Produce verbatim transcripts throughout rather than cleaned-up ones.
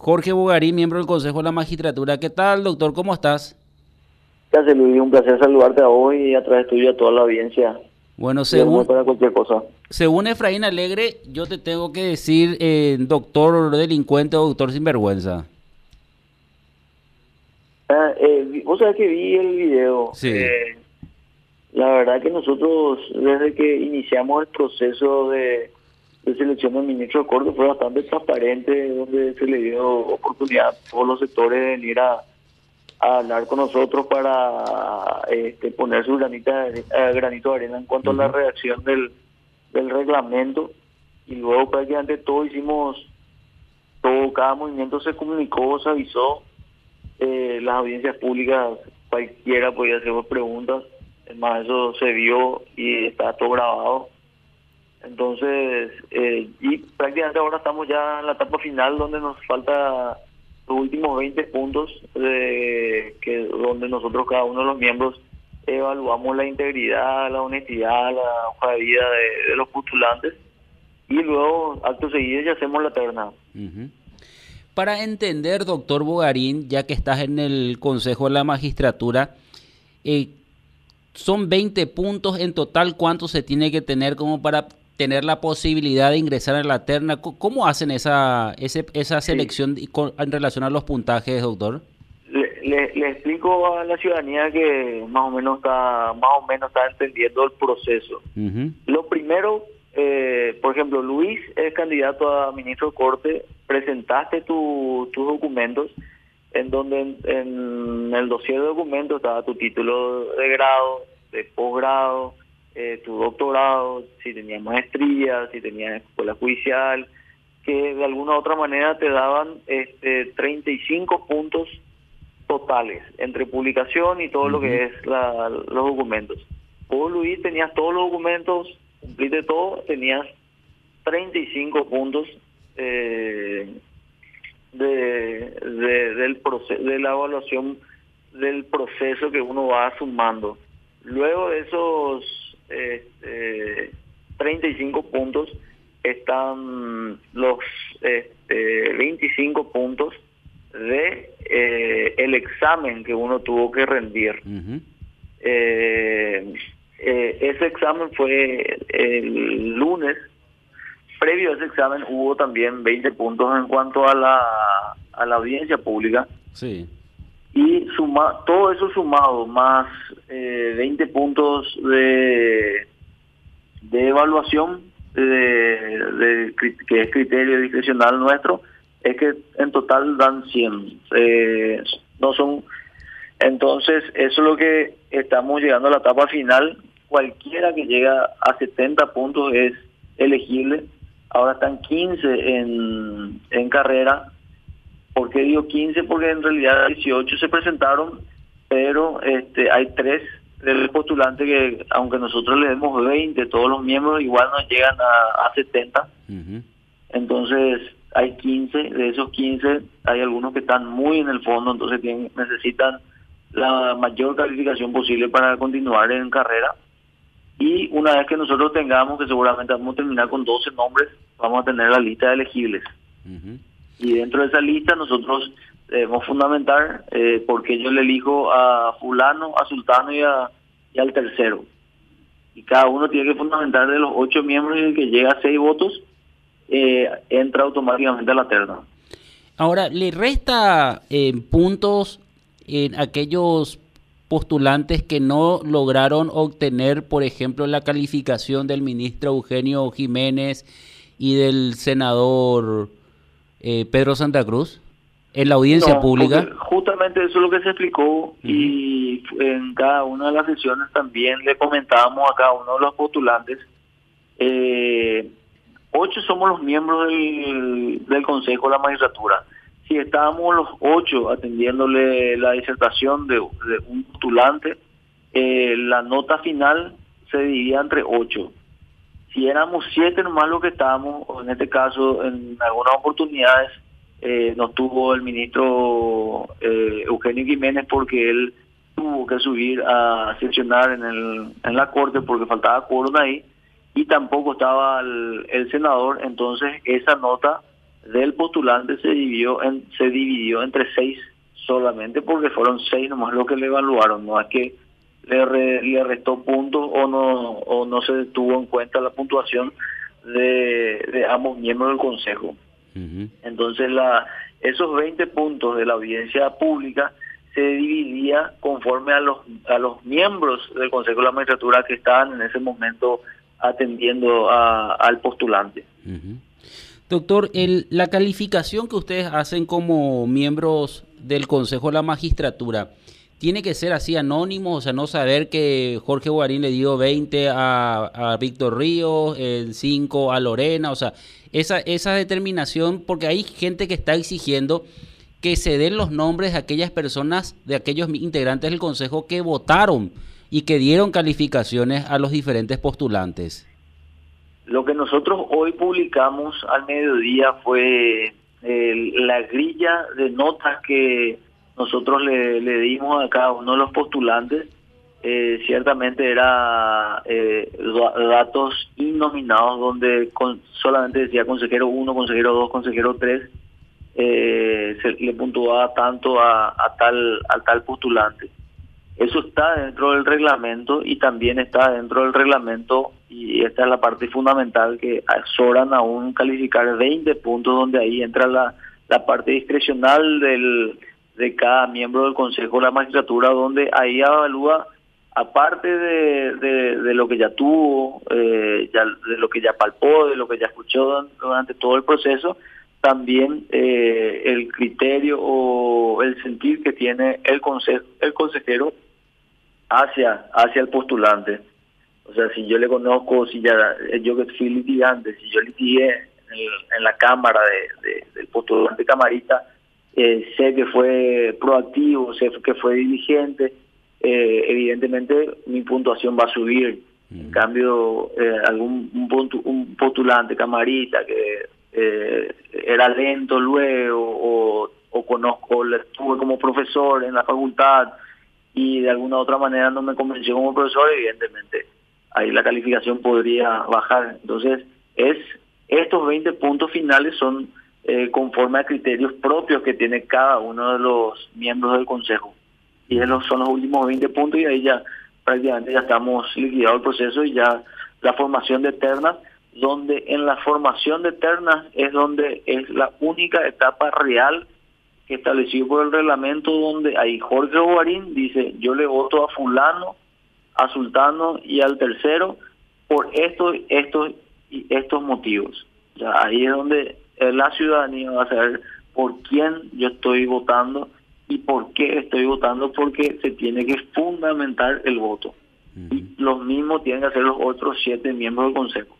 Jorge Bogarín, miembro del Consejo de la Magistratura. ¿Qué tal, doctor? ¿Cómo estás? ¿Qué haces, Luis? Un placer saludarte a vos y a través tuyo a toda la audiencia. Bueno, Según, según, para cualquier cosa. según Efraín Alegre, yo te tengo que decir eh, doctor delincuente o doctor sinvergüenza. Ah, eh, vos sabés que vi el video. Sí. Eh, la verdad que nosotros, desde que iniciamos el proceso de, de selección del ministro de Corte, fue bastante transparente, donde se le dio oportunidad a todos los sectores de venir a, a hablar con nosotros para este, poner su granita, de- eh, granito de arena en cuanto Ujú. a la redacción del, del reglamento. Y luego prácticamente todo hicimos, todo, cada movimiento se comunicó, se avisó. Eh, las audiencias públicas, cualquiera podía hacer preguntas, es más, eso se vio y está todo grabado. Entonces, eh, y prácticamente ahora estamos ya en la etapa final donde nos falta los últimos veinte puntos, de, que donde nosotros, cada uno de los miembros, evaluamos la integridad, la honestidad, la hoja de vida de, de los postulantes, y luego, acto seguido, ya hacemos la terna. Ujú. Para entender, doctor Bogarín, ya que estás en el Consejo de la Magistratura, eh, son veinte puntos en total. ¿Cuánto se tiene que tener como para tener la posibilidad de ingresar en la terna? Co- ¿Cómo hacen esa, ese, esa Sí. selección y con- en relación a los puntajes, doctor? Le, le, le explico a la ciudadanía que más o menos está más o menos está entendiendo el proceso. Ujú. Lo primero, eh, por ejemplo, Luis es candidato a ministro de Corte, presentaste tu, tus documentos, en donde en, en el dossier de documentos estaba tu título de grado, de posgrado, eh, tu doctorado, si tenías maestría, si tenías escuela judicial, que de alguna u otra manera te daban este, treinta y cinco puntos totales entre publicación y todo lo Ujú. que es la, los documentos. Vos, Luis, tenías todos los documentos, cumpliste todo, tenías treinta y cinco puntos eh, de, de, del proceso, de la evaluación del proceso que uno va sumando. Luego de esos este, treinta y cinco puntos están los este, veinticinco puntos de eh, el examen que uno tuvo que rendir. Ujú. Eh, eh, ese examen fue el lunes. Previo a ese examen hubo también veinte puntos en cuanto a la a la audiencia pública, Sí. y suma todo eso sumado más eh, veinte puntos de de evaluación de, de cri- que es criterio discrecional nuestro, es que en total dan cien. Eh, no son entonces, eso es lo que estamos llegando a la etapa final. Cualquiera que llega a setenta puntos es elegible. Ahora están quince en, en carrera. ¿Por qué digo quince? Porque en realidad dieciocho se presentaron, pero este hay tres de los postulantes que, aunque nosotros le demos veinte, todos los miembros igual nos llegan a, a setenta. Ujú. Entonces hay quince, de esos quince hay algunos que están muy en el fondo, entonces tienen, necesitan la mayor calificación posible para continuar en carrera. Y una vez que nosotros tengamos, que seguramente vamos a terminar con doce nombres, vamos a tener la lista de elegibles. Ujú. Y dentro de esa lista nosotros debemos fundamentar eh, porque yo le elijo a fulano, a sultano y, a, y al tercero. Y cada uno tiene que fundamentar de los ocho miembros, y el que llega a seis votos eh, entra automáticamente a la terna. Ahora, ¿le resta eh, puntos en aquellos postulantes que no lograron obtener, por ejemplo, la calificación del ministro Eugenio Jiménez y del senador eh, Pedro Santa Cruz en la audiencia No, porque pública? justamente eso es lo que se explicó, y en cada una de las sesiones también le comentábamos a cada uno de los postulantes. Eh, ocho somos los miembros del, del Consejo de la Magistratura. Si estábamos los ocho atendiéndole la disertación de, de un postulante, eh, la nota final se dividía entre ocho. Si éramos siete nomás los que estábamos, o en este caso, en algunas oportunidades, eh, nos tuvo el ministro eh, Eugenio Jiménez, porque él tuvo que subir a sesionar en, el, en la corte porque faltaba quórum ahí, y tampoco estaba el, el senador. Entonces esa nota del postulante se dividió en, se dividió entre seis solamente, porque fueron seis nomás lo que le evaluaron, no es que le, re, le restó puntos o no o no se tuvo en cuenta la puntuación de, de ambos miembros del Consejo. Uh-huh. Entonces la esos veinte puntos de la audiencia pública se dividía conforme a los a los miembros del Consejo de la Magistratura que estaban en ese momento atendiendo a, al postulante. Uh-huh. Doctor, el, la calificación que ustedes hacen como miembros del Consejo de la Magistratura, ¿tiene que ser así anónimo? O sea, no saber que Jorge Bogarín le dio veinte a, a Víctor Ríos, el cinco a Lorena, o sea, esa, esa determinación, porque hay gente que está exigiendo que se den los nombres de aquellas personas, de aquellos integrantes del Consejo que votaron y que dieron calificaciones a los diferentes postulantes. Lo que nosotros hoy publicamos al mediodía fue eh, la grilla de notas que nosotros le, le dimos a cada uno de los postulantes. Eh, ciertamente era eh, datos innominados donde con, solamente decía consejero uno, consejero dos, consejero tres, eh, se le puntuaba tanto a, a tal a tal postulante. Eso está dentro del reglamento y también está dentro del reglamento, y esta es la parte fundamental, que sobran aún calificar veinte puntos, donde ahí entra la, la parte discrecional del, de cada miembro del Consejo de la Magistratura, donde ahí evalúa, aparte de, de, de lo que ya tuvo, eh, ya, de lo que ya palpó, de lo que ya escuchó durante todo el proceso, también eh, el criterio o el sentir que tiene el, conse el consejero hacia hacia el postulante. O sea, si yo le conozco, si ya yo que fui litigante, si yo litigué en, el, en la cámara de, de, del postulante camarista, eh, sé que fue proactivo, sé que fue diligente, eh, evidentemente mi puntuación va a subir. Mm. En cambio, eh, algún un, puntu, un postulante camarista que eh, era lento luego, o, o conozco, le estuve como profesor en la facultad y de alguna otra manera no me convenció como profesor, evidentemente ahí la calificación podría bajar. Entonces, es estos veinte puntos finales son eh, conforme a criterios propios que tiene cada uno de los miembros del Consejo. Y esos son los últimos veinte puntos, y ahí ya prácticamente ya estamos liquidado el proceso, y ya la formación de ternas, donde en la formación de ternas es donde es la única etapa real que establecido por el reglamento, donde ahí Jorge Bogarín dice: yo le voto a fulano, a sultano y al tercero por estos estos y estos motivos. Ya ahí es donde la ciudadanía va a saber por quién yo estoy votando y por qué estoy votando, porque se tiene que fundamentar el voto. Uh-huh. Y los mismos tienen que hacer los otros siete miembros del Consejo.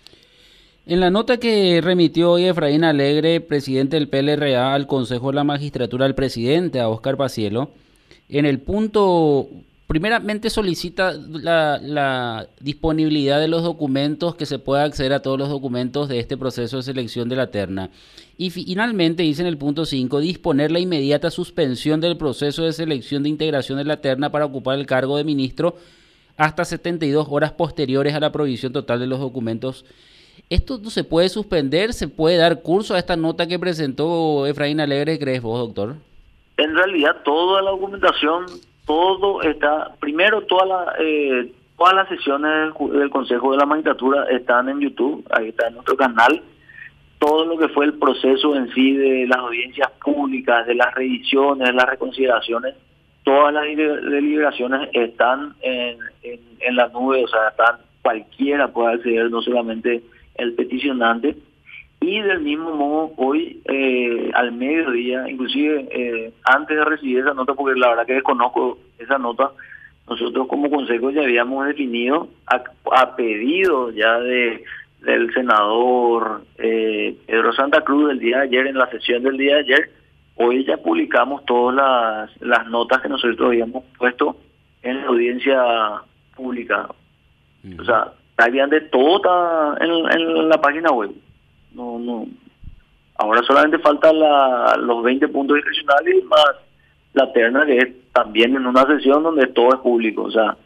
En la nota que remitió hoy Efraín Alegre, presidente del P L R A, al Consejo de la Magistratura, al presidente, a Óscar Paciello, en el punto, primeramente solicita la, la disponibilidad de los documentos, que se pueda acceder a todos los documentos de este proceso de selección de la terna. Y finalmente dice en el punto cinco, disponer la inmediata suspensión del proceso de selección de integración de la terna para ocupar el cargo de ministro hasta setenta y dos horas posteriores a la provisión total de los documentos. ¿Esto no se puede suspender? ¿Se puede dar curso a esta nota que presentó Efraín Alegre? ¿Crees vos, doctor? En realidad, toda la documentación, todo está, primero, toda la, eh, todas las sesiones del, del Consejo de la Magistratura están en YouTube, ahí está en nuestro canal. Todo lo que fue el proceso en sí de las audiencias públicas, de las revisiones, de las reconsideraciones, todas las deliberaciones están en, en, en la nube, o sea, están, cualquiera puede acceder, no solamente el peticionante. Y del mismo modo, hoy eh, al mediodía, inclusive eh, antes de recibir esa nota, porque la verdad que desconozco esa nota, nosotros como Consejo ya habíamos definido, a, a pedido ya de del senador eh, Pedro Santa Cruz del día de ayer, en la sesión del día de ayer, hoy ya publicamos todas las, las notas que nosotros habíamos puesto en la audiencia pública. Uh-huh. O sea, prácticamente todo está en, en la página web. No, no. Ahora solamente faltan la, los veinte puntos discrecionales más la terna, que es también en una sesión donde todo es público. O sea,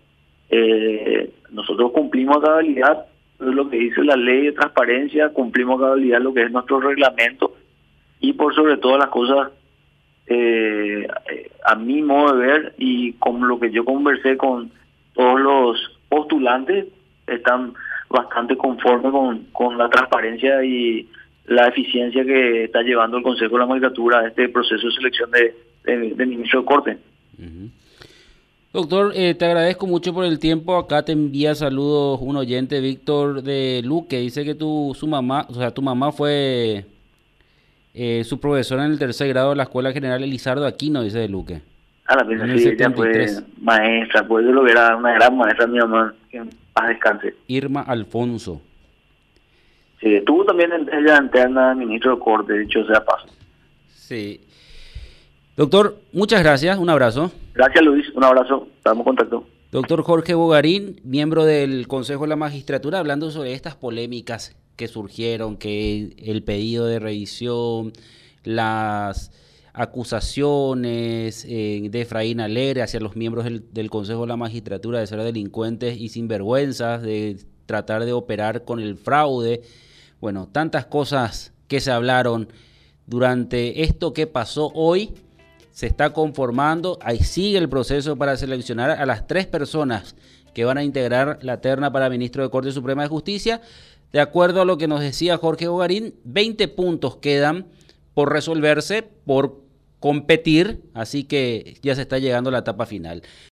eh, nosotros cumplimos a cabalidad lo que dice la ley de transparencia, cumplimos a cabalidad lo que es nuestro reglamento, y por sobre todas las cosas, eh, a mi modo de ver y con lo que yo conversé con todos los postulantes, están bastante conformes con, con la transparencia y la eficiencia que está llevando el Consejo de la Magistratura a este proceso de selección de, de, de ministro de Corte. Uh-huh. Doctor, eh, te agradezco mucho por el tiempo. Acá te envía saludos un oyente, Víctor de Luque. Dice que tu su mamá, o sea, tu mamá fue eh, su profesora en el tercer grado de la Escuela General Elizardo Aquino, dice de Luque. A la vez, sí, ella fue maestra, pues yo lo era una gran maestra, mi mamá, que en paz descanse. Irma Alfonso. Sí, estuvo también en ella interna ministro de Corte, dicho sea paso. Sí. Doctor, muchas gracias, un abrazo. Gracias, Luis, un abrazo, estamos en contacto. Doctor Jorge Bogarín, miembro del Consejo de la Magistratura, hablando sobre estas polémicas que surgieron, que el pedido de revisión, las acusaciones eh, de Efraín Alegre hacia los miembros del, del Consejo de la Magistratura de ser delincuentes y sinvergüenzas, de tratar de operar con el fraude. Bueno, tantas cosas que se hablaron durante esto que pasó hoy. Se está conformando, ahí sigue el proceso para seleccionar a las tres personas que van a integrar la terna para ministro de Corte Suprema de Justicia. De acuerdo a lo que nos decía Jorge Bogarín, veinte puntos quedan por resolverse, por competir, así que ya se está llegando a la etapa final.